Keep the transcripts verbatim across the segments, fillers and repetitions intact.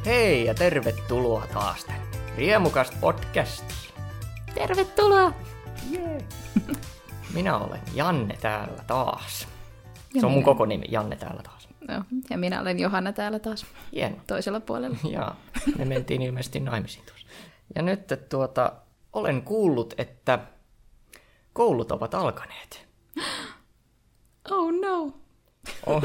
Hei ja tervetuloa taas tänne Riemukasta podcastiin. Tervetuloa! Yeah. Minä olen Janne täällä taas. Ja Se on minä. mun koko nimi, Janne täällä taas. No, ja minä olen Johanna täällä taas. Hieno. Toisella puolella. Jaa, me mentiin ilmeisesti naimisiin tuossa. Ja nyt tuota, olen kuullut, että koulut ovat alkaneet. Oh no! Oh.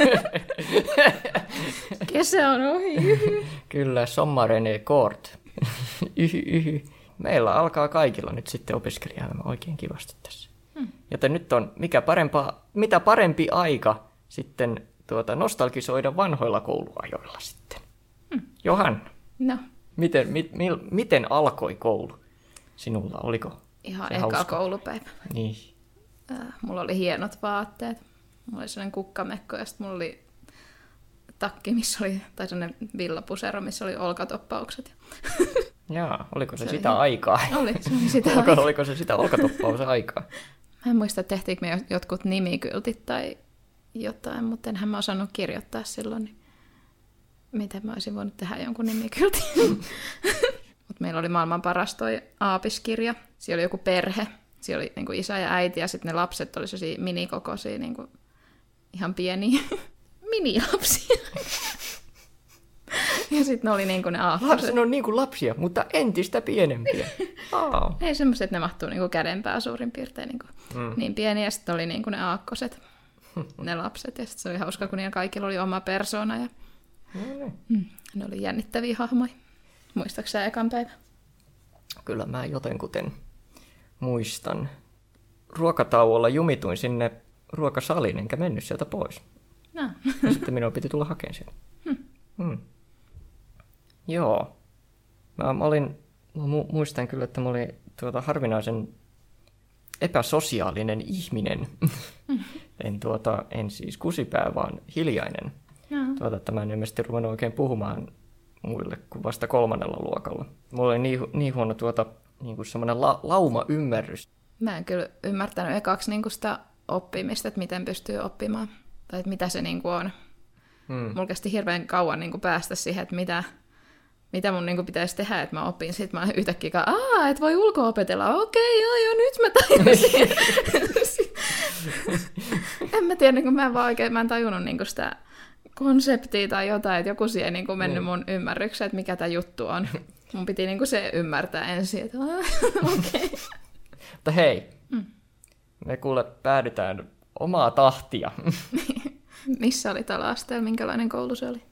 Kesä on ohi. Kyllä, sommaren är kort. Yhy, yhy. Meillä alkaa kaikilla nyt sitten opiskelijaelämä oikein kivasti tässä. Hmm. Joten nyt on mikä parempa, mitä parempi aika sitten tuota, nostalgisoida vanhoilla kouluajoilla sitten. Hmm. Johanna, No, miten, mit, mil, miten alkoi koulu sinulla? Oliko ihan se eka hauska? koulupäivä. Niin. Äh, mulla oli hienot vaatteet. Mulla oli sellainen kukkamekko ja sitten mulla oli takki, missä oli, tai sellainen villapusero, missä oli olkatoppaukset. Jaa, oliko se, Se sitä oli- aikaa? Oli, se oli sitä Oliko, aikaa. oliko se sitä olkatoppausen aikaa? Mä en muista, tehtiinkö me jotkut nimikyltit tai jotain, mutta enhän mä osannut kirjoittaa silloin. Niin miten mä olisin voinut tehdä jonkun nimikyltin? Mutta meillä oli maailman paras toi aapiskirja. Siellä oli joku perhe. Siellä oli niinku isä ja äiti ja sitten ne lapset oli sellaisia minikokoisia, niinku ihan pieniä minilapsia. Ja sitten ne oli niinku ne aakkoset. Lapset on niin kuin lapsia, mutta entistä pienempiä. Oh. Ei semmoiset, että ne mahtuu niinku kädenpää suurin piirtein niinku mm. niin pieniä. Ja sitten oli niinku ne aakkoset, ne lapset. Ja sitten se oli hauska, kun niillä kaikilla oli oma persoona. Ja No niin. mm, ne oli jännittäviä hahmoja. Muistatko sä ekan päivän? Kyllä mä jotenkuten muistan. Ruokatauolla jumituin sinne ruokasaliin, enkä mennyt sieltä pois. No. Ja sitten minun piti tulla hakemaan sieltä. Hmm. Hmm. Joo. Mä, mä olin, mä mu- muistan kyllä, että mä olin tuota, harvinaisen epäsosiaalinen ihminen. Hmm. en, tuota, en siis kusipää, vaan hiljainen. No. Tuota, että mä en ilmeisesti ruvennut oikein puhumaan muille kuin vasta kolmannella luokalla. Mulla oli niin, hu- niin huono tuota, niin kuin semmoinen la- lauma-ymmärrys. Mä en kyllä ymmärtänyt ekaksi niinku sitä oppimista, että miten pystyy oppimaan. Tai että mitä se niinku on. Hmm. Mulla kesti hirveän kauan niinku päästä siihen, että mitä, mitä mun niinku pitäisi tehdä, että mä opin. Sitten mä yhtäkkiä, aah, et voi ulko-opetella. Okei, joo, joo, nyt mä tajusin. en mä tiedä, niin mä en vaan oikein, mä en tajunnut niinku sitä konseptia tai jotain, että joku siihen niinku mennyt mun ymmärrykseen, että mikä tämä juttu on. Mun piti niinku se ymmärtää ensin, että okei. Okay. Mutta hei, Mm. me kuule päädytään omaa tahtia. Missä oli tällä asteella? Minkälainen koulu se oli?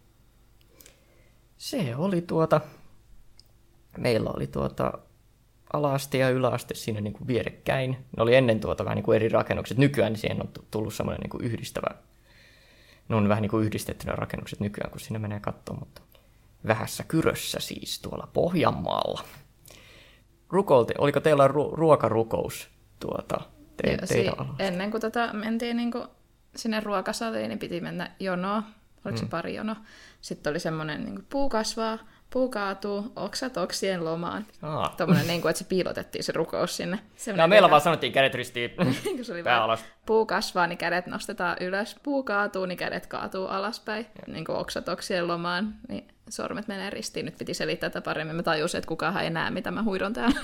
Se oli tuota, meillä oli tuota ala-aste ja yläaste siinä niin kuin vierekkäin. Ne oli ennen tuota vähän niin kuin eri rakennukset. Nykyään niin siihen on tullut semmoinen niin kuin yhdistävä, ne on vähän niin kuin yhdistettynä rakennukset nykyään, kun sinne menee katsomaan, mutta vähässä Kyrössä siis tuolla Pohjanmaalla. Rukoilti, oliko teillä ru- ruokarukous tuota, te- Joo, teidän si- alalla? ennen kuin tota mentiin niin kuin sinne ruokasaliin, niin piti mennä jonoa. Oliko se Mm. pari jonoa? Sitten oli semmoinen, niin kuin, puu kasvaa, puu kaatuu, oksat oksien lomaan. Aa. Tuommoinen, niin kuin, että se piilotettiin se rukous sinne. No, Semmoinen meillä veka- vaan sanottiin kädet ristiin, kun se oli pää vaan, alas. puu kasvaa, niin kädet nostetaan ylös. Puu kaatuu, niin kädet kaatuu alaspäin. Niin kuin oksat oksien lomaan, niin sormet menee ristiin. Nyt piti selittää tätä paremmin. Mä tajusin, että kukaan ei näe, mitä mä huidon täällä.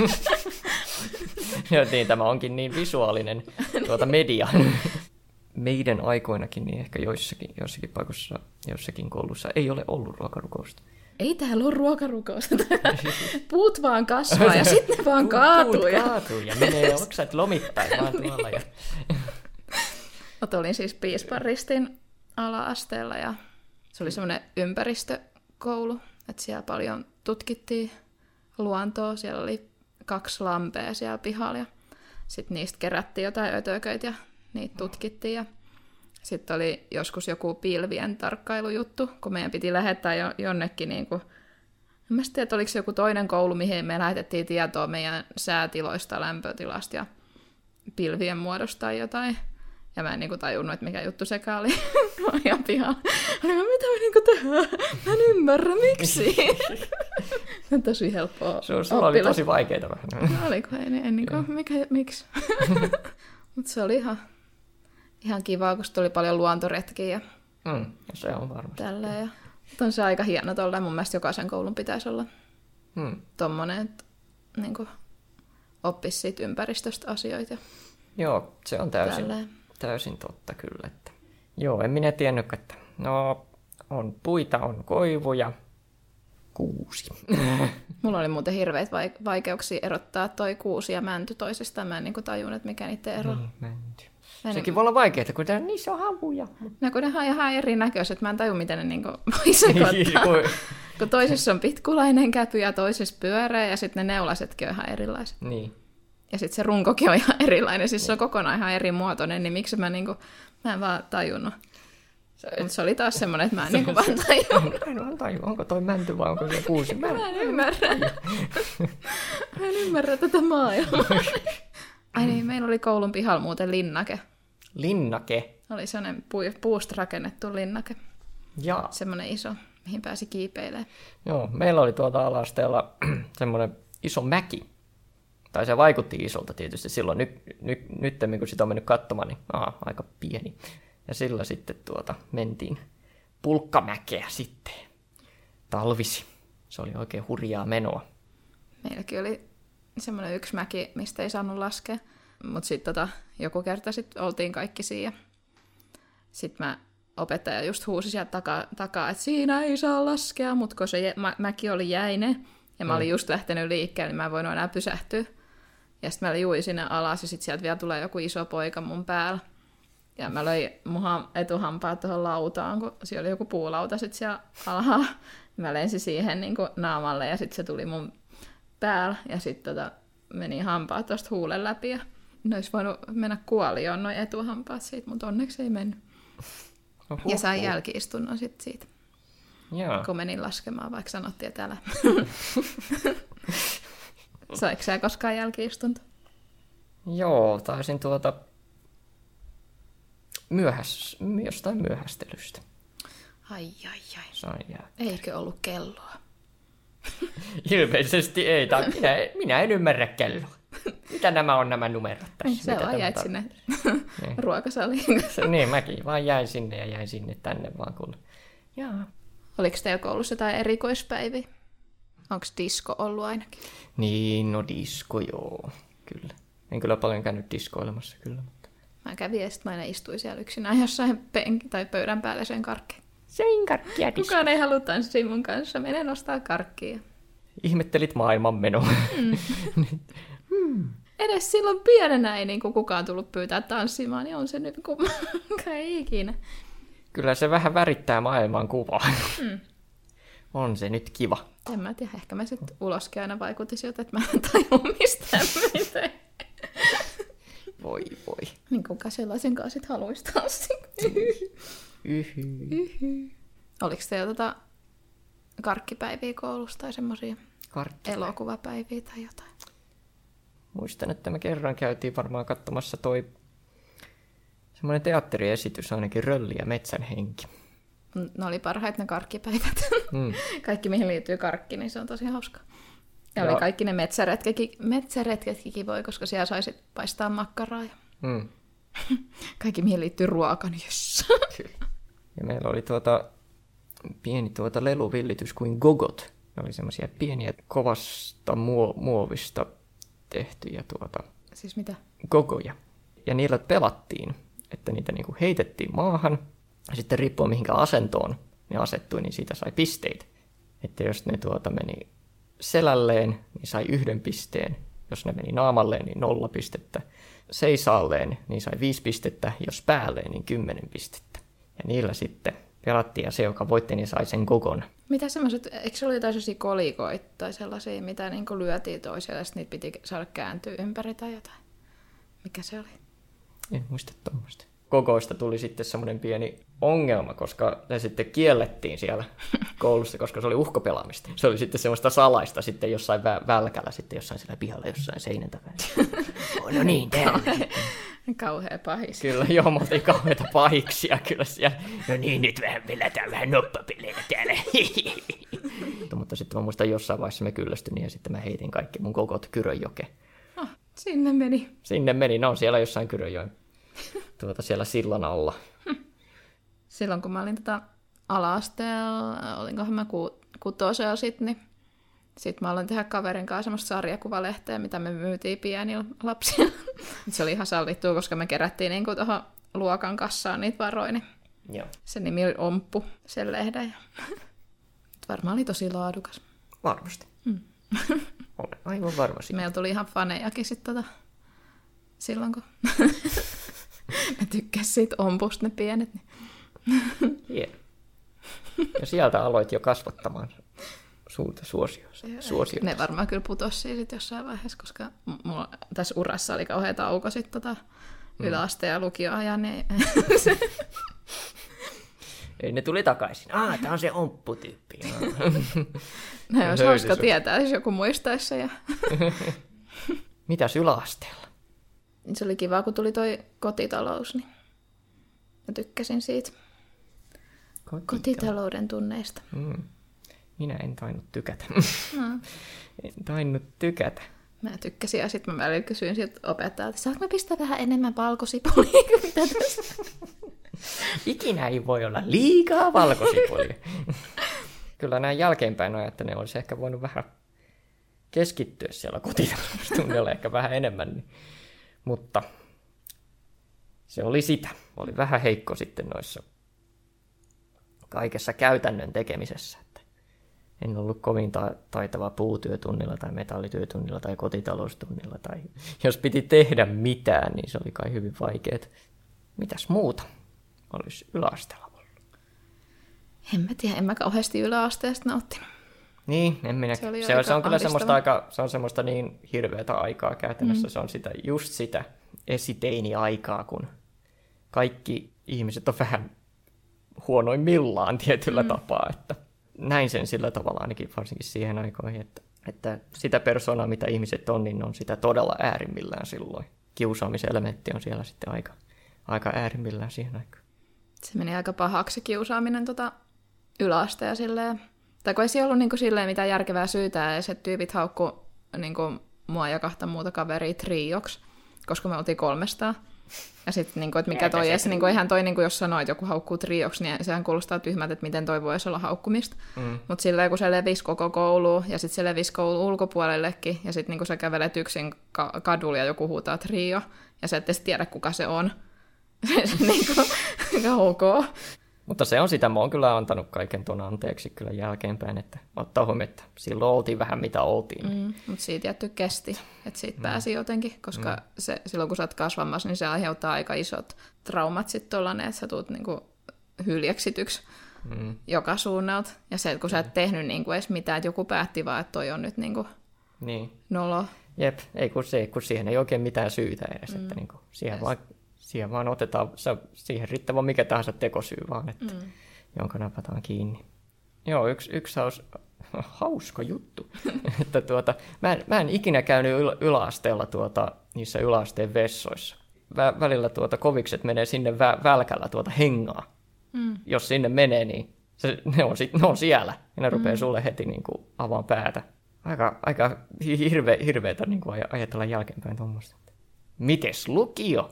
Ja niin, tämä onkin niin visuaalinen tuota media. Meidän aikoinakin niin ehkä joissakin, joissakin paikoissa, joissakin koulussa ei ole ollut ruokarukousta. Ei täällä ole ruokarukousta. Puut vaan kasvaa ja sitten ne vaan kaatuu. Puut Ja... kaatuu ja menee oksat lomittain vaan tuolla. Ja... Mutta olin siis piispan ristin ala-asteella ja se oli semmoinen ympäristökoulu, että siellä paljon tutkittiin luontoa. Siellä oli kaksi lampea siellä pihalla ja sitten niistä kerättiin jotain ötököitä ja niitä tutkittiin. Ja sitten oli joskus joku pilvien tarkkailujuttu, kun meidän piti lähettää jo, jonnekin niin kuin, en mä tiedä, että oliko se joku toinen koulu, mihin me lähetettiin tietoa meidän säätiloista, lämpötilasta ja pilvien muodosta tai jotain. Ja mä en niinku tajunnut, että mikä juttu sekään oli. Mä olin ihan pihalla. Olin, mitä me niinku tehdään? Mä en ymmärrä, miksi. On tosi helppoa. Se, sulla oli tosi vaikeita vähän. No oliko? En, en, niinku, mikä, miksi? Mutta se oli ihan, ihan kivaa, kun tuli paljon luontoretkiä ja Mm, se on varmasti. tälleen. Ja On se aika hieno tolleen. Mun mielestä jokaisen koulun pitäisi olla Hmm. tommonen, että niin kuin, oppisi siitä ympäristöstä asioita. Joo, se on täysin, Tälleen. täysin totta kyllä. Että... Joo, en minä tiennyt, että no, on puita, on koivuja, kuusi. Mulla oli muuten hirveitä vaikeuksia erottaa toi kuusi ja mänty toisestaan. Mä en niin kuin tajunnut, että mikä niiden ero. Niin, mänty. En... Sekin voi olla vaikeaa, kun tää, niissä on havuja. No kun ne on ihan erinäköiset, mä en taju, miten ne niin kuin voi sekoittaa. Kun toisessa on pitkulainen käpy ja toisessa pyöreä ja sitten ne neulasetkin on ihan erilaiset. Niin. Ja sitten se runkokin on ihan erilainen, siis niin. Se on kokonaan ihan eri muotoinen, niin miksi mä niinku, mä en vaan tajunnut. Mutta se oli taas semmoinen, että mä en niinku vaan tajunnut. En vaan tajua, onko toi mänty vai onko se kuusi? Mä, mä en ymmärrä. Mä en ymmärrä tätä maailmaa. Ai niin, meillä oli koulun pihalla muuten linnake. Linnake? Oli sellainen puusta rakennettu linnake. Ja. Semmoinen iso, mihin pääsi kiipeilemään. Joo, meillä oli tuolta ala-asteella semmoinen iso mäki. Tai se vaikutti isolta tietysti silloin. Nyt, nyt, nyt kun sitä on mennyt katsomaan, niin aha, aika pieni. Ja sillä sitten tuota, mentiin pulkkamäkeä sitten talvisi. Se oli oikein hurjaa menoa. Meilläkin oli semmoinen yksi mäki, mistä ei saanut laskea. Mutta sitten tota, joku kerta sit oltiin kaikki siinä. Sitten mä opettaja just huusi sieltä takaa, takaa että siinä ei saa laskea, mutta kun se mä, mäki oli jäinen ja mä mm. olin just lähtenyt liikkeelle, niin mä en voinut enää pysähtyä. Ja sitten mä juin sinne alas ja sitten sieltä vielä tulee joku iso poika mun päällä. Ja mä löin mun etuhampaat tuohon lautaan, kun siellä oli joku puulauta sitten siellä alhaalla. Mä lensin siihen niin kuin naamalle ja sitten se tuli mun päällä ja sitten tota, meni hampaat tuosta huulen läpi. Ja ne olisi voinut mennä kuolioon noin etuhampaat siitä, mutta onneksi ei mennyt. Oho, ja sain jälki-istunnon sitten siitä, Jaa. kun menin laskemaan, vaikka sanottiin, että älä. Saiko sä koskaan jälki-istunto? Joo, taisin tuota myöhäs, jostain myöhästelystä. Ai, ai, ai. Sain jälkeen. Eikö ollut kelloa? Ilmeisesti ei. Tai minä, minä en ymmärrä kelloa. Mitä nämä on nämä numerot tässä? Se Mitä vaan jäit sinne ruokasaliin. Niin, mäkin vaan jäin sinne ja jäin sinne tänne vaan kuule. Jaa. Oliko teillä koulussa jotain erikoispäiviä? Onko disko ollut ainakin? Niin, no disko joo, kyllä. En kyllä paljon käynyt diskoilemassa kyllä. Mutta... Mä kävin ja sitten mä aina istuin siellä yksinään jossain penki- tai pöydän päällä sen karkkeen. Söin karkkia disko. Kukaan ei halua tanssia mun kanssa, menen ostaa karkkia. Ihmettelit maailman menoa. Mm. hmm. Edes silloin pienenä ei niin kukaan tullut pyytää tanssimaan, niin on se nyt kummankaan ei ikinä. Kyllä se vähän värittää maailman kuvaa. Mm. On se nyt kiva. En mä tiedä, ehkä mä sitten uloskin aina vaikutin siltä, että mä en tajua mistään mitään. Voi voi. Niin kuka sellaisen kanssa sit haluaisi tanssia. Yhy. Yhy. Oliko teillä tota karkkipäiviä koulussa tai semmoisia elokuvapäiviä tai jotain? Muistan, että me kerran käytiin varmaan katsomassa toi semmoinen teatteriesitys, ainakin Rölli ja metsän henki. Ne oli parhaat ne karkkipäivät. Mm. Kaikki, mihin liittyy karkki, niin se on tosi hauska. Ja, ja oli kaikki ne metsäretketkin, metsäretketkin kivoja, koska siellä saisit paistaa makkaraa. Ja... Mm. Kaikki, mihin liittyy ruoka, niin jöss. Ja meillä oli tuota, pieni tuota leluvillitys kuin gogot. Ne oli semmoisia pieniä kovasta muo- muovista tehtyjä tuota... Siis mitä? Gogoja. Ja niillä pelattiin, että niitä niinku heitettiin maahan. Ja sitten riippuen mihinkä asentoon ne asettui, niin siitä sai pisteitä. Että jos ne tuota meni selälleen, niin sai yhden pisteen. Jos ne meni naamalleen, niin nolla pistettä. Seisaalleen, niin sai viisi pistettä. Jos päälleen, niin kymmenen pistettä. Ja niillä sitten pelattiin, ja se, joka voitti, niin sai sen gogon. Mitä semmoiset, eikö se ollut jotain sellaisia kolikoita tai sellaisia, mitä niin kuin lyötiin toiselle, ja sitten niitä piti saada kääntyä ympäri tai jotain? Mikä se oli? En muista tuommoista. Gogoista tuli sitten semmoinen pieni ongelma, koska se sitten kiellettiin siellä koulussa, koska se oli uhkapelaamista. Se oli sitten semmoista salaista sitten jossain vä- välkällä, sitten jossain siellä pihalla, jossain seinän takana. Oh, no niin, täällä. Kauhea pahis. Kyllä, joo, me oltiin kauheita pahiksia kyllä siellä. No niin, nyt vähän pelätään vähän noppapelejä täällä. Mutta sitten mä muistan jossain vaiheessa me kyllästyin ja sitten mä heitin kaikki mun gogot Kyrönjokeen. Oh, sinne meni. Sinne meni, ne on siellä jossain Kyrönjoen. Tuota siellä sillan alla. Silloin kun mä olin tota ala-asteella, olinkohan mä ku, kutosella sitten, niin sitten mä aloin tehdä kaverin kanssa semmoista sarjakuvalehteä, mitä me myytiin pienillä lapsilla. Se oli ihan sallittua, koska me kerättiin niin tuohon luokan kassaan niitä varoja, niin Joo. se nimi oli Omppu, sen lehden. Varmaan oli tosi laadukas. Varmasti. Mm. Olen aivan varma siitä. Meillä tuli ihan fanejakin sitten tota, silloin, kun mä tykkäsin siitä Ompusta ne pienet. Niin. Yeah. Ja sieltä aloit jo kasvattamaan suurta suosiossa. suosiota. Ne varmaan kyllä putosi sitten jossain vaiheessa, koska mulla tässä urassa oli kauhean tauko sitten tota mm. yläaste- ja lukioajan. Niin Ei, ne tuli takaisin. Ah, tää on se Omppu-tyyppi. No olisi hauska tietää, jos joku muistaisi se. Ja Mitäs yläasteella? se oli kiva, kun tuli toi kotitalous, niin mä tykkäsin siitä. Kotita- Kotitalouden tunneista. Mm. Minä en tainnut tykätä. No. En tainnut tykätä. Mä tykkäsin ja sitten mä välillä kysyin siltä opettajalta, että saanko mä pistää vähän enemmän valkosipulia kuin mitä tässä? Ikinä ei voi olla liikaa valkosipulia. Kyllä näin jälkeenpäin on, että ne olisi ehkä voinut vähän keskittyä siellä kotitaloustunnilla ehkä vähän enemmän. Niin. Mutta se oli sitä. Oli vähän heikko sitten noissa kaikessa käytännön tekemisessä. Että en ollut kovin ta- taitava puutyötunnilla tai metallityötunnilla tai kotitaloustunnilla. Tai jos piti tehdä mitään, niin se oli kai hyvin vaikeaa. Mitäs muuta olisi yläasteella ollut? En mä tiedä, en mä kauheasti yläasteesta nauttinut. Niin, en minä. Se, oli se, on, se on kyllä ahdistava. semmoista, aika, se on semmoista niin hirveätä aikaa käytännössä. Mm. Se on sitä, just sitä esiteini-aikaa, kun kaikki ihmiset on vähän huonoimmillaan tietyllä mm. tapaa. Että näin sen sillä tavalla ainakin varsinkin siihen aikoihin, että, että sitä persoonaa, mitä ihmiset on, niin on sitä todella äärimmillään silloin. Kiusaamiselementti on siellä sitten aika, aika äärimmillään siihen aikaan. Se meni aika pahaksi se kiusaaminen tota yläasteella silleen. Tai kun ei se ollut niinku silleen mitään järkevää syytä, ja se tyypit haukku niinku mua ja kahta muuta kaveria trioksi, koska me oltiin kolmestaan. Ja sitten, niinku, että mikä toi edes, niinku, eihän toi, niinku, jos sanoo, että joku haukkuu trioksi, niin sehän kuulostaa tyhmältä, että miten toi voisi olla haukkumista. Mm. Mutta silleen, kun se levisi koko kouluun, ja sitten se levisi koulun ulkopuolellekin, ja sitten niinku, sä kävelet yksin ka- kadulla ja joku huutaa trio, ja sä et edes tiedä, kuka se on. Niinku, ok. Mutta se on sitä, mä oon kyllä antanut kaiken tuon anteeksi kyllä jälkeenpäin, että ottaa huomioon, että silloin oltiin vähän mitä oltiin. Mm, mutta siitä jätty kesti, että siitä mm. pääsi jotenkin, koska mm. se, silloin kun sä oot kasvamassa, niin se aiheuttaa aika isot traumat sitten tollanen, että sä tuut niinku hyljeksityksi mm. joka suunnalta. Ja se, että kun sä et tehnyt niinku edes mitään, että joku päätti vaan, että toi on nyt niinku niin. nolo. Jep, ei kun, se, kun siihen ei oikein mitään syytä edes, mm. että niinku, siihen yes. vaan... Siihen vaan otetaan, se, siihen riittävä mikä tahansa tekosyy vaan, että, mm. jonka napataan kiinni. Joo, yksi, yksi haus, hauska juttu. että tuota, mä, en, mä en ikinä käynyt yl, yläasteella tuota, niissä yläasteen vessoissa. Vä, välillä tuota, kovikset menee sinne vä, välkällä tuota hengaa. Mm. Jos sinne menee, niin se, ne, on sit, ne on siellä. Ja ne mm. rupeaa sulle heti niin kuin, avaan päätä. Aika, aika hirve, hirveätä niin kuin ajatella jälkeenpäin tuommoista. Mites lukio?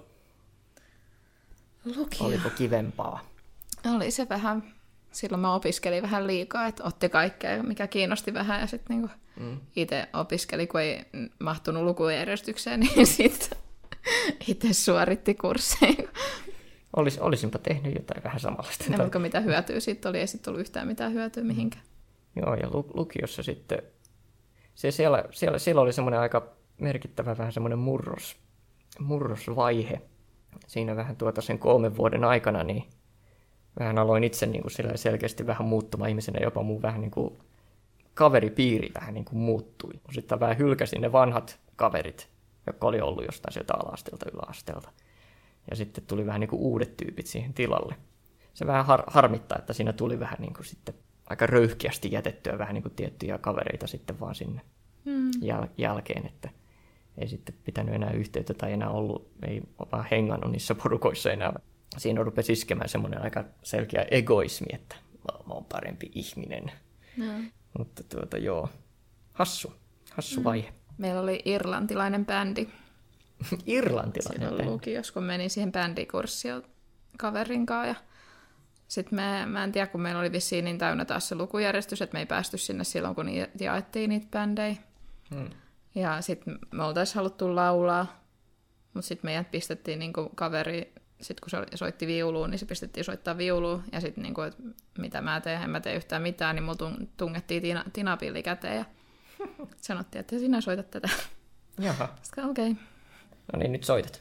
Lukio. Oliko kivempaa? Oli se vähän. Silloin mä opiskelin vähän liikaa, että otti kaikkea, mikä kiinnosti vähän. Ja sitten niinku mm. itse opiskeli, kun ei mahtunut lukujärjestykseen, niin sitten itse suoritti kursseja. Olis, olisinpa tehnyt jotain vähän samanlaista. Ne, mutta mitä hyötyä siitä oli, ei sitten ollut yhtään mitään hyötyä mihinkään. Mm. Joo, ja lukiossa sitten, se siellä, siellä, siellä oli semmoinen aika merkittävä vähän semmoinen murros, murrosvaihe. Siinä vähän tuota sen kolmen vuoden aikana, niin vähän aloin itse niin kuin selkeästi vähän muuttumaan ihmisenä, jopa mun vähän niin kuin kaveripiiri vähän niin kuin muuttui. Sitten vähän hylkäsin ne vanhat kaverit, jotka oli ollut jostain sieltä ala-asteelta, yläasteelta. Ja sitten tuli vähän niin kuin uudet tyypit siihen tilalle. Se vähän har- harmittaa, että siinä tuli vähän niin kuin sitten aika röyhkeästi jätettyä vähän niin kuin tiettyjä kavereita sitten vaan sinne mm. jäl- jälkeen, että ei sitten pitänyt enää yhteyttä tai enää ollut, ei vaan hengannut niissä porukoissa enää. Siinä rupesi iskemään semmoinen aika selkeä egoismi, että mä oon parempi ihminen. No. Mutta tuota joo, hassu, hassu mm. vaihe. Meillä oli irlantilainen bändi. Irlantilainen Silloin bändi? Lukiossa, kun menin siihen bändikurssiin kaverin kanssa. Ja sitten me, mä en tiedä, kun meillä oli vissiin niin täynnä taas se lukujärjestys, että me ei päästy sinne silloin, kun ni, jaettiin niitä bändejä. Hmm. Ja sitten me oltaisiin haluttu laulaa, mutta sitten meidät pistettiin niinku kaveri, sitten kun se soitti viuluun, niin se pistettiin soittaa viuluun. Ja sitten niinku, että mitä mä teen, en mä tee yhtään mitään, niin mulla tungettiin tina, tinapilli käteen ja sanottiin, että sinä soitat tätä. Jaha. Okei. Okay. No niin, nyt soitat.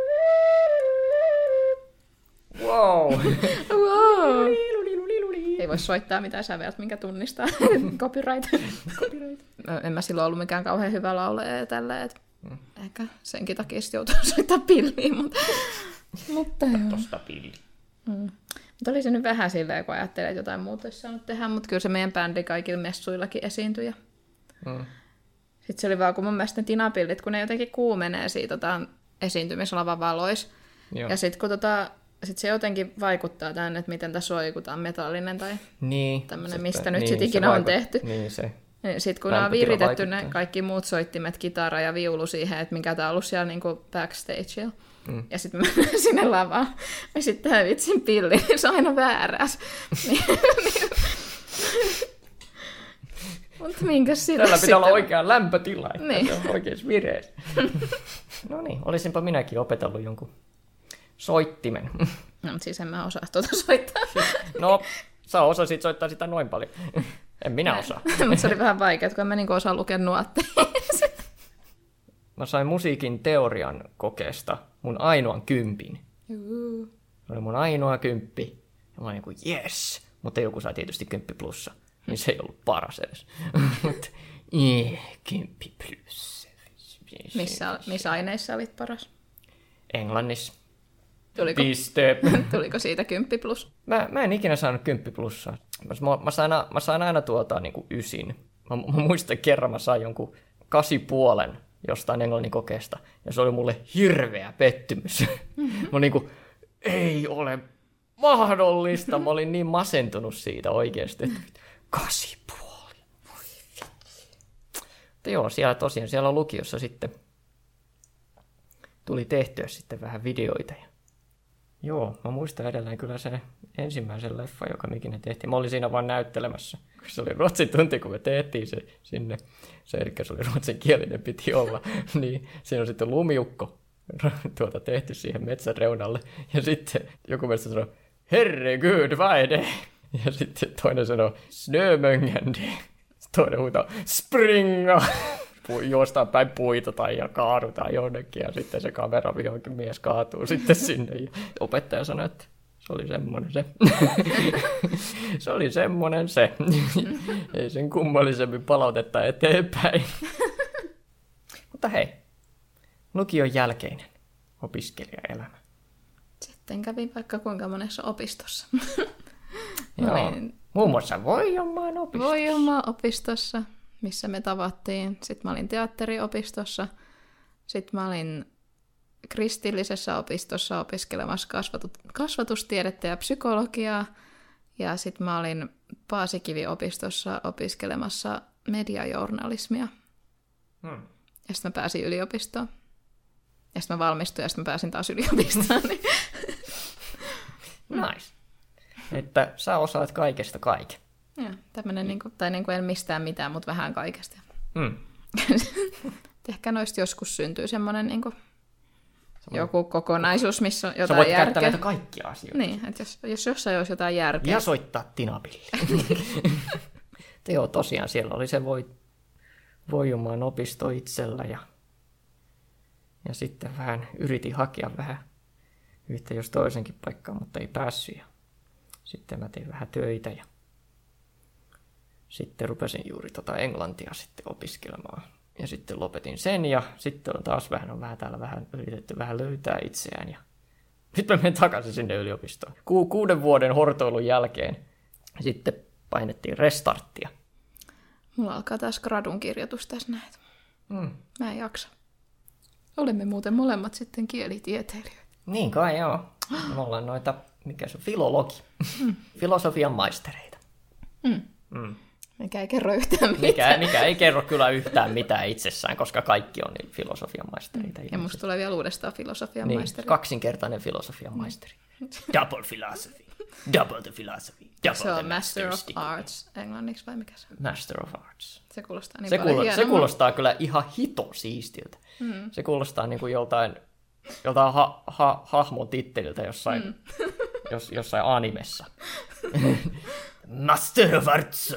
Wow! Wow! Ei voi soittaa mitään säveltä, minkä tunnistaa. Copyright. Copyright. En mä silloin ollut mikään kauhean hyvä laulaja ja tälleen, että hmm. ehkä senkin takia sitten joutuu soittaa pilliin, mutta... mutta joo. Tosta pilli. Mm. Mutta oli se nyt vähän silleen, kun ajattelee, että jotain muuta olisi saanut tehdä, mutta kyllä se meidän bändi kaikilla messuillakin esiintyi. Hmm. Sitten se oli vaan, kun mun mielestä ne tinapillit, kun ne jotenkin kuumenee siitä tota, esiintymislavan valois. Joo. Ja sitten kun tota... Sitten se jotenkin vaikuttaa tänne, että miten tässä on, kun tämä on metallinen tai niin, tämmöinen, mistä nyt niin, sitten ikinä on tehty. Niin se. Sitten kun on viritetty ne kaikki muut soittimet, kitara ja viulu siihen, että mikä tämä on ollut siellä niin backstageilla. Mm. Ja sitten me sinne lavaan. Ja sitten tämä vitsin pilli, niin se on aina vääräs. Mutta minkä sillä Tällä pitää olla oikea lämpötila, että niin. Se on oikeassa vireessä. No niin, olisinpa minäkin opetellut jonkun soittimen. No, mutta siis en mä osaa tuota soittaa. No, sä osasit soittaa sitä noin paljon. En minä osaa. Mutta se oli vähän vaikeaa, kun en mä niinku osaa lukea nuotteja. Mä sain musiikin teorian kokeesta mun ainoan kympin. Juu. Se oli mun ainoa kymppi. Ja mä olin niin kuin, yes! Mutta joku sai tietysti kymppi plussa. Niin se ei ollut paras edes. Mutta kymppi plussa. Missä, missä aineissa olit paras? Englannissa. Tuliko, Piste. Tuliko siitä kymppi plus? Mä, mä en ikinä saanut kymppi plussaa. Mä, mä, sain, mä sain aina tuota niin kuin ysin. Mä, mä muistan kerran mä sain jonkun kasi puolen jostain englannin kokeesta. Ja se oli mulle hirveä pettymys. Mm-hmm. Mä niin kuin, ei ole mahdollista. Mä olin niin masentunut siitä oikeasti. Että kasi puoli. Mutta joo, siellä tosiaan siellä lukiossa sitten tuli tehtyä sitten vähän videoita. Ja joo, mä muistan edelleen kyllä se ensimmäisen leffa, joka me ikinä tehtiin. Mä olin siinä vaan näyttelemässä, kun se oli ruotsin tunti, kun me tehtiin se sinne. Se eli se oli ruotsinkielinen, piti olla. Niin siinä on sitten lumiukko tuota tehty siihen metsän reunalle. Ja sitten joku meistä sanoi, herregud, vad är det? Ja sitten toinen sanoi, snömöngände. Toinen huutaa, springa! Juostaan päin puita tai ja kaadutaan jonnekin ja sitten se kameravihoinkin mies kaatuu sitten sinne. Ja opettaja sanoi, että se oli semmoinen se. Se oli semmoinen se. Ei sen kummallisemmin palautetta eteenpäin. Mutta hei, lukion jälkeinen opiskelijaelämä. Sitten kävin vaikka kuinka monessa opistossa. Joo, olin... muun muassa Voijomaan opistossa. Voijomaan opistossa. Missä me tavattiin. Sitten mä olin teatteriopistossa. Sitten mä olin kristillisessä opistossa opiskelemassa kasvatu- kasvatustiedettä ja psykologiaa. Ja sitten mä olin Paasikivi-opistossa opiskelemassa mediajournalismia. Hmm. Ja sitten mä pääsin yliopistoon. Ja sitten mä valmistuin ja sitten mä pääsin taas yliopistoon. Niin... Nice. Että sä osaat kaikesta kaiken. Joo, tämmöinen, niin kuin, tai niin kuin en mistään mitään, mutta vähän kaikesta. Mm. Ehkä noista joskus syntyy semmoinen niin kuin, joku kokonaisuus, missä on jotain järkeä. Sä voit järkeä. käyttää näitä kaikkia asioita. Niin, että jos, jos jossain olisi jotain järkeä. Ja soittaa tinapilliä. Joo, tosiaan siellä oli se voi, Voijumaan opisto itsellä ja, ja sitten vähän yritin hakea vähän yhtä jos toisenkin paikkaa, mutta ei päässyt. Ja sitten mä tein vähän töitä ja sitten rupesin juuri tota englantia sitten opiskelemaan. Ja sitten lopetin sen ja sitten on taas vähän, on vähän täällä vähän yritetty vähän löytää itseään. Ja nyt mä menen takaisin sinne yliopistoon. Ku, kuuden vuoden hortoilun jälkeen sitten painettiin restarttia. Mulla alkaa taas gradun kirjoitus tässä näet. Mm. Mä en jaksa. Olemme muuten molemmat sitten kielitieteilijöitä. Niin kai joo. Me ollaan noita, mikä se on, filologi. Mm. Filosofian maistereita. Mm. Mm. Mikä ei kerro yhtään mitään. Mikä, mikä ei kerro kyllä yhtään mitään itsessään, koska kaikki on niin filosofian maistereita. Ja musta tulee vielä uudestaan filosofian niin, maisteri. Kaksinkertainen filosofian maisteri. Double philosophy. Double the philosophy. Double se on the Master of degree. Arts englanniksi vai mikä se on? Master of Arts. Se kuulostaa niin se, paljon kuulo- se kuulostaa kyllä ihan hito siistiltä. Mm. Se kuulostaa niin kuin joltain, joltain ha- ha- hahmon titteliltä jossain, mm. jos, jossain animessa. Master of Arts.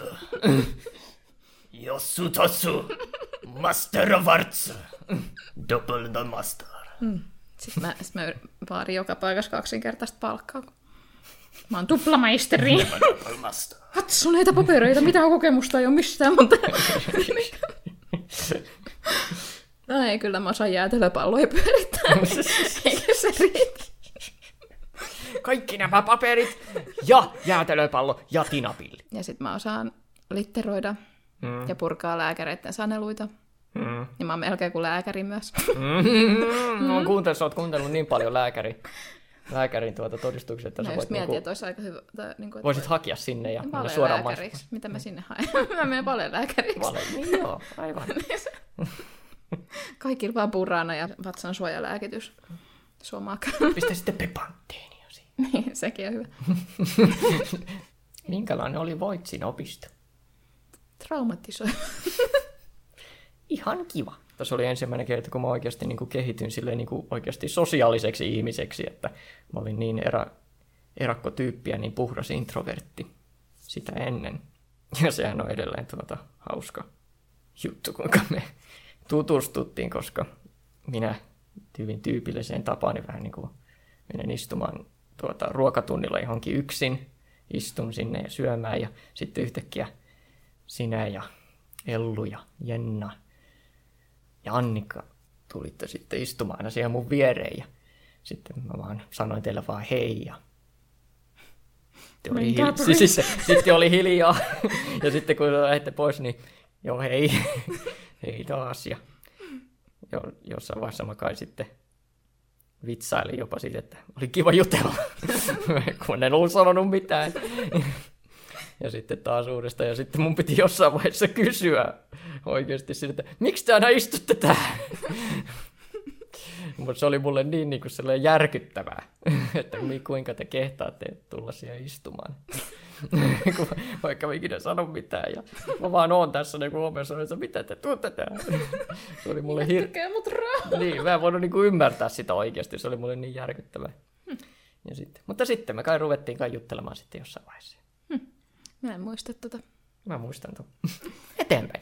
Jossu tossu. Master of Arts. Double the master. Mm. Sitten mä, sit mä vaadin joka paikassa kaksinkertaista palkkaa. Mä oon tuplamaisteri. Double master. Katso näitä papereita, mitään kokemusta ei ole mistään. Mutta... no ei, kyllä mä osaan jäätelöpalloja pyörittää. Eikä se riitä. Kaikki nämä paperit ja jäätelöpallo ja tinapilli. Ja sit mä osaan litteroida mm. ja purkaa lääkäreiden saneluita. Mm. Ja mä oon melkein kuin lääkäri myös. Mm. No, kuuntel, sä oot kuuntellut niin paljon lääkäri, lääkärin tuota todistuksia, että mä sä voit mietin, niinku, että olisi aika hyvä. Tai, niin kuin, voisit hakea sinne ja mennä suoraan maistaan. Mitä mä sinne haen? Mä menen valelääkäriksi. Vale, niin joo, aivan. Kaikilla vaan purana ja vatsan suojalääkitys. Somak. Pistä sitten pepanteenia siihen. Niin, sekin on hyvä. Minkälainen oli Voitsin opisto? Traumatisoiva. Ihan kiva. Tässä oli ensimmäinen kerta, kun mä oikeasti niin kuin kehityin silleen, niin kuin oikeasti sosiaaliseksi ihmiseksi, että mä olin niin erä, erakkotyyppi ja niin puhdas introvertti sitä ennen. Ja sehän on edelleen tuota hauska juttu, kuinka me tutustuttiin, koska minä hyvin tyypilliseen tapaan niin vähän niin kuin menen istumaan tuota ruokatunnilla johonkin yksin, istun sinne ja syömään ja sitten yhtäkkiä sinä ja Ellu ja Jenna ja Annika tulitte sitten istumaan aina siihen mun viereen ja sitten mä vaan sanoin teille vaan hei ja oli hil- siis, siis, sitten oli hiljaa ja sitten kun lähdette pois niin joo hei, hei taas ja jo, jossain vaiheessa mä kai sitten vitsailin jopa siitä, että oli kiva jutella, kun en ollut sanonut mitään. Ja sitten taas uudestaan. Ja sitten mun piti jossain vaiheessa kysyä oikeasti siitä, että miksi te aina istutte tähän? Mutta se oli mulle niin, niin kuin järkyttävää, että kuinka te kehtaatte tulla siihen istumaan. Vaikka mä ikinä sano mitään. Ja mä vaan oon tässä niin huomioon, että mitä te tuutte tähän? Se oli mulle hir- niin, mä en voinut niin kuin ymmärtää sitä oikeasti. Se oli mulle niin järkyttävää. Ja sitten, mutta sitten me kai ruvettiin kai juttelemaan sitten jossain vaiheessa. Mä en muista tota. Mä muistan tuon. Eteenpäin.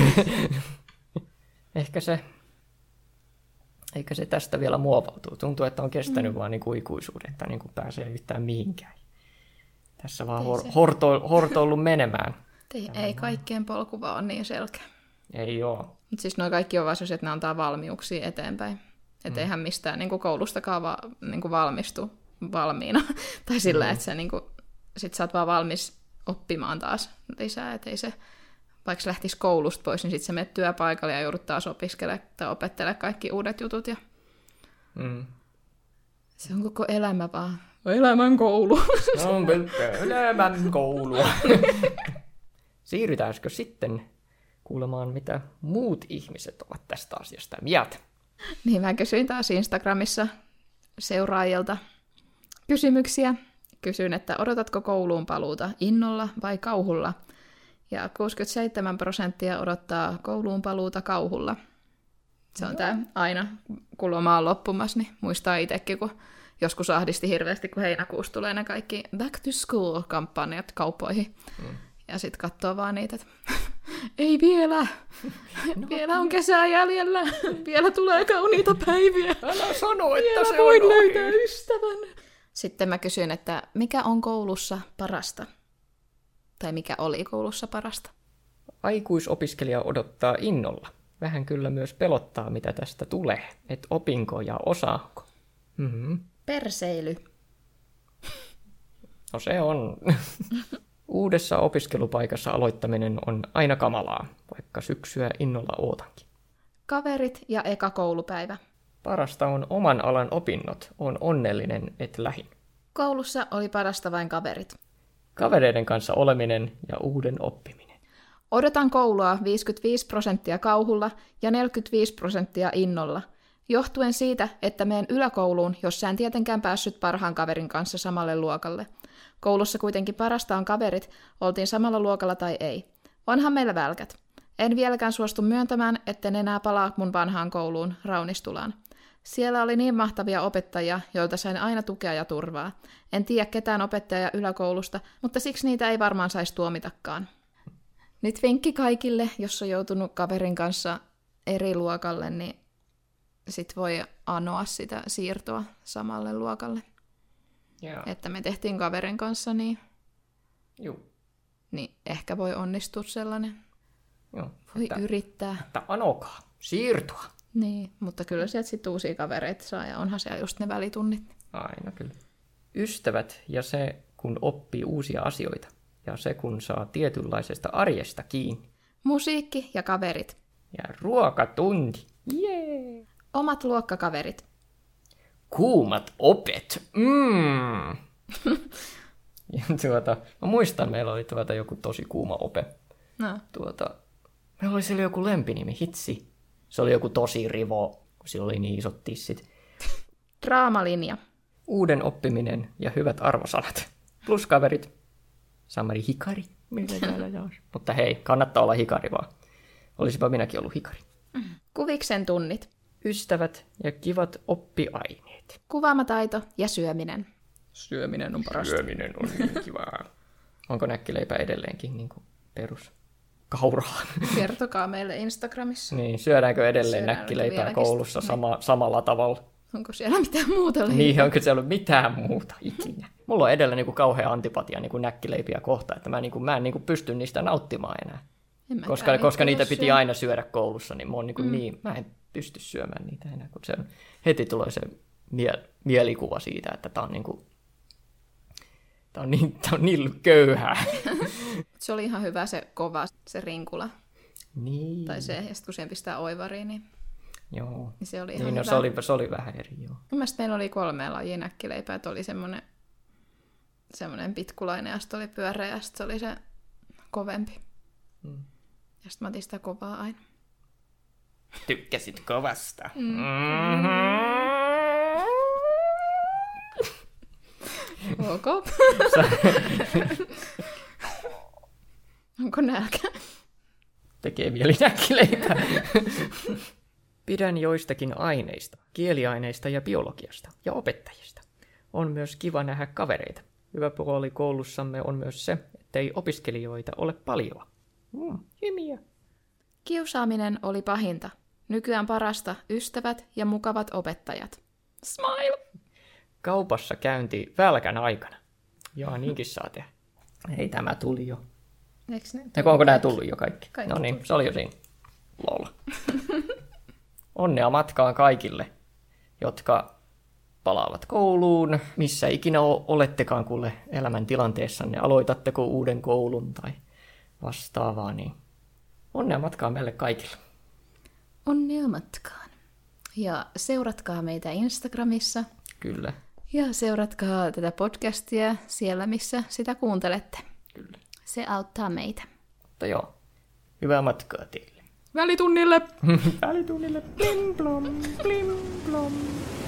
Ehkä se, ehkä se tästä vielä muovautuu. Tuntuu, että on kestänyt mm. vaan niin kuin ikuisuuden, että niin kuin pääsee yhtään mihinkään. Tässä vaan hor- horto- hortoillut menemään. Ei, ei kaikkien polku vaan on niin selkeä. Ei oo. Mutta siis nuo kaikki on vaan sellaisia, että ne antaa valmiuksia eteenpäin. Että mm. eihän mistään niin kuin koulustakaan va- niin kuin valmistu valmiina. tai sillä, mm. että sä, niin kuin, sit sä oot vaan valmis oppimaan taas lisää. Että ei se, vaikka sä lähtisi koulusta pois, niin sit sä menet työpaikalle ja joudut taas opiskelemaan tai opettelemaan kaikki uudet jutut. Ja... Mm. Se on koko elämä vaan. Elämän koulu. Se on pelkkää elämän koulua. Siirrytäänkö sitten kuulemaan, mitä muut ihmiset ovat tästä asiasta mieltä? Niin, mä kysyin taas Instagramissa seuraajilta kysymyksiä. Kysyin, että odotatko kouluun paluuta innolla vai kauhulla? Ja kuusikymmentäseitsemän prosenttia odottaa kouluun paluuta kauhulla. Se on no. Tää aina, kun loma on loppumassa, niin muistaa itsekin, kun joskus ahdisti hirveästi, kun heinäkuussa tulee ne kaikki back to school-kampanjat kauppoihin. Mm. Ja sitten katsoo vaan niitä, että ei vielä, no, vielä on kesää jäljellä, vielä tulee kauniita päiviä. Älä sano, että vielä se voin on löytää ohi. Ystävän. Sitten mä kysyin, että mikä on koulussa parasta? Tai mikä oli koulussa parasta? Aikuisopiskelija odottaa innolla. Vähän kyllä myös pelottaa, mitä tästä tulee. Et opinko ja osaako. Mm-hmm. Perseily. No se on. Uudessa opiskelupaikassa aloittaminen on aina kamalaa, vaikka syksyä innolla ootankin. Kaverit ja eka koulupäivä. Parasta on oman alan opinnot. On onnellinen, et lähin. Koulussa oli parasta vain kaverit. Kavereiden kanssa oleminen ja uuden oppiminen. Odotan koulua viisikymmentäviisi prosenttia kauhulla ja neljäkymmentäviisi prosenttia innolla, johtuen siitä, että menen yläkouluun, jossa en tietenkään päässyt parhaan kaverin kanssa samalle luokalle. Koulussa kuitenkin parasta on kaverit, oltiin samalla luokalla tai ei. Onhan meillä välkät. En vieläkään suostu myöntämään, etten enää palaa mun vanhaan kouluun, Raunistulaan. Siellä oli niin mahtavia opettajia, joilta sain aina tukea ja turvaa. En tiedä ketään opettajaa yläkoulusta, mutta siksi niitä ei varmaan saisi tuomitakaan. Nyt vinkki kaikille, jos on joutunut kaverin kanssa eri luokalle, niin sit voi anoa sitä siirtoa samalle luokalle. Yeah. Että me tehtiin kaverin kanssa, niin, Juu. niin ehkä voi onnistua sellainen. Joo. Voi että, yrittää. Että anokaa, siirtoa. Niin, mutta kyllä sieltä sitten uusia kavereita saa, ja onhan siellä just ne välitunnit. Aina kyllä. Ystävät ja se, kun oppii uusia asioita. Ja se, kun saa tietynlaisesta arjesta kiinni. Musiikki ja kaverit. Ja ruokatunti. Jee! Omat luokkakaverit. Kuumat opet. Mm. ja tuota, mä muistan, meillä oli tuota joku tosi kuuma ope. No. Tuota, meillä oli siellä joku lempinimi, hitsi. Se oli joku tosi rivo, kun sillä oli niin isot tissit. Draamalinja. Uuden oppiminen ja hyvät arvosanat. Plus kaverit. Samari hikari. Mutta hei, kannattaa olla hikari vaan. Olisipa minäkin ollut hikari. Kuviksen tunnit. Ystävät ja kivat oppiaineet. Kuvaamataito ja syöminen. Syöminen on parasta. Syöminen on niin kivaa. Onko näkkileipä edelleenkin niin kuin perus kauraa? Kertokaa meille Instagramissa. Niin, syödäänkö edelleen Syödään näkkileipää koulussa sama, samalla tavalla? Onko siellä mitään muuta leipää? Niin, onko siellä mitään muuta ikinä? Mulla on edelleen niin kuin kauhea antipatia niin kuin näkkileipiä kohtaan, että mä, niin kuin, mä en niin kuin pysty niistä nauttimaan enää. Koska, koska niitä piti syö. aina syödä koulussa, niin mä, oon niin kuin mm. niin, mä en pysty syömään niitä enää, kun se on, heti tulee se mie- mielikuva siitä, että tää on niin kuin, tää on niin, tää on niin köyhää. Se oli ihan hyvä se kova, se rinkula. Niin. Tai se, ja sitten kun siihen pistää oivariin, niin, joo. niin se oli ihan niin, no, hyvä. se, oli, se oli vähän eri, joo. Mielestäni meillä oli kolme lajia näkkileipää, että oli semmoinen, semmoinen pitkulainen, ja sitten oli pyöreä, ja sitten se oli se kovempi. Mm. Ja sitten mä otin sitä kovaa aina. Tykkäsit kovasta. Mm. Mm-hmm. Ok. Onko nälkä? Tekee mieli näkkileipää. Pidän joistakin aineista, kieliaineista ja biologiasta ja opettajista. On myös kiva nähdä kavereita. Hyvä puoli koulussamme on myös se, ettei opiskelijoita ole paljon. Mm, hymiä. Kiusaaminen oli pahinta. Nykyään parasta ystävät ja mukavat opettajat. Smile! Kaupassa käynti välkän aikana. Joo, niinkin saa tehdä. Ei, tämä tuli jo. Eiks ne? Eiku, onko nämä tullut jo kaikki? Kaikki No niin, tuli. se oli jo siinä. Lol. Onnea matkaan kaikille, jotka palaavat kouluun. Missä ikinä olettekaan kuule elämäntilanteessanne. Aloitatteko uuden koulun tai vastaavaa, niin onnea matkaan meille kaikille. Onnea matkaan. Ja seuratkaa meitä Instagramissa. Kyllä. Ja seuratkaa tätä podcastia siellä, missä sitä kuuntelette. Kyllä. Se auttaa meitä. Mutta joo, hyvää matkaa teille. Välitunnille! Välitunnille. Blim blom, blim blom.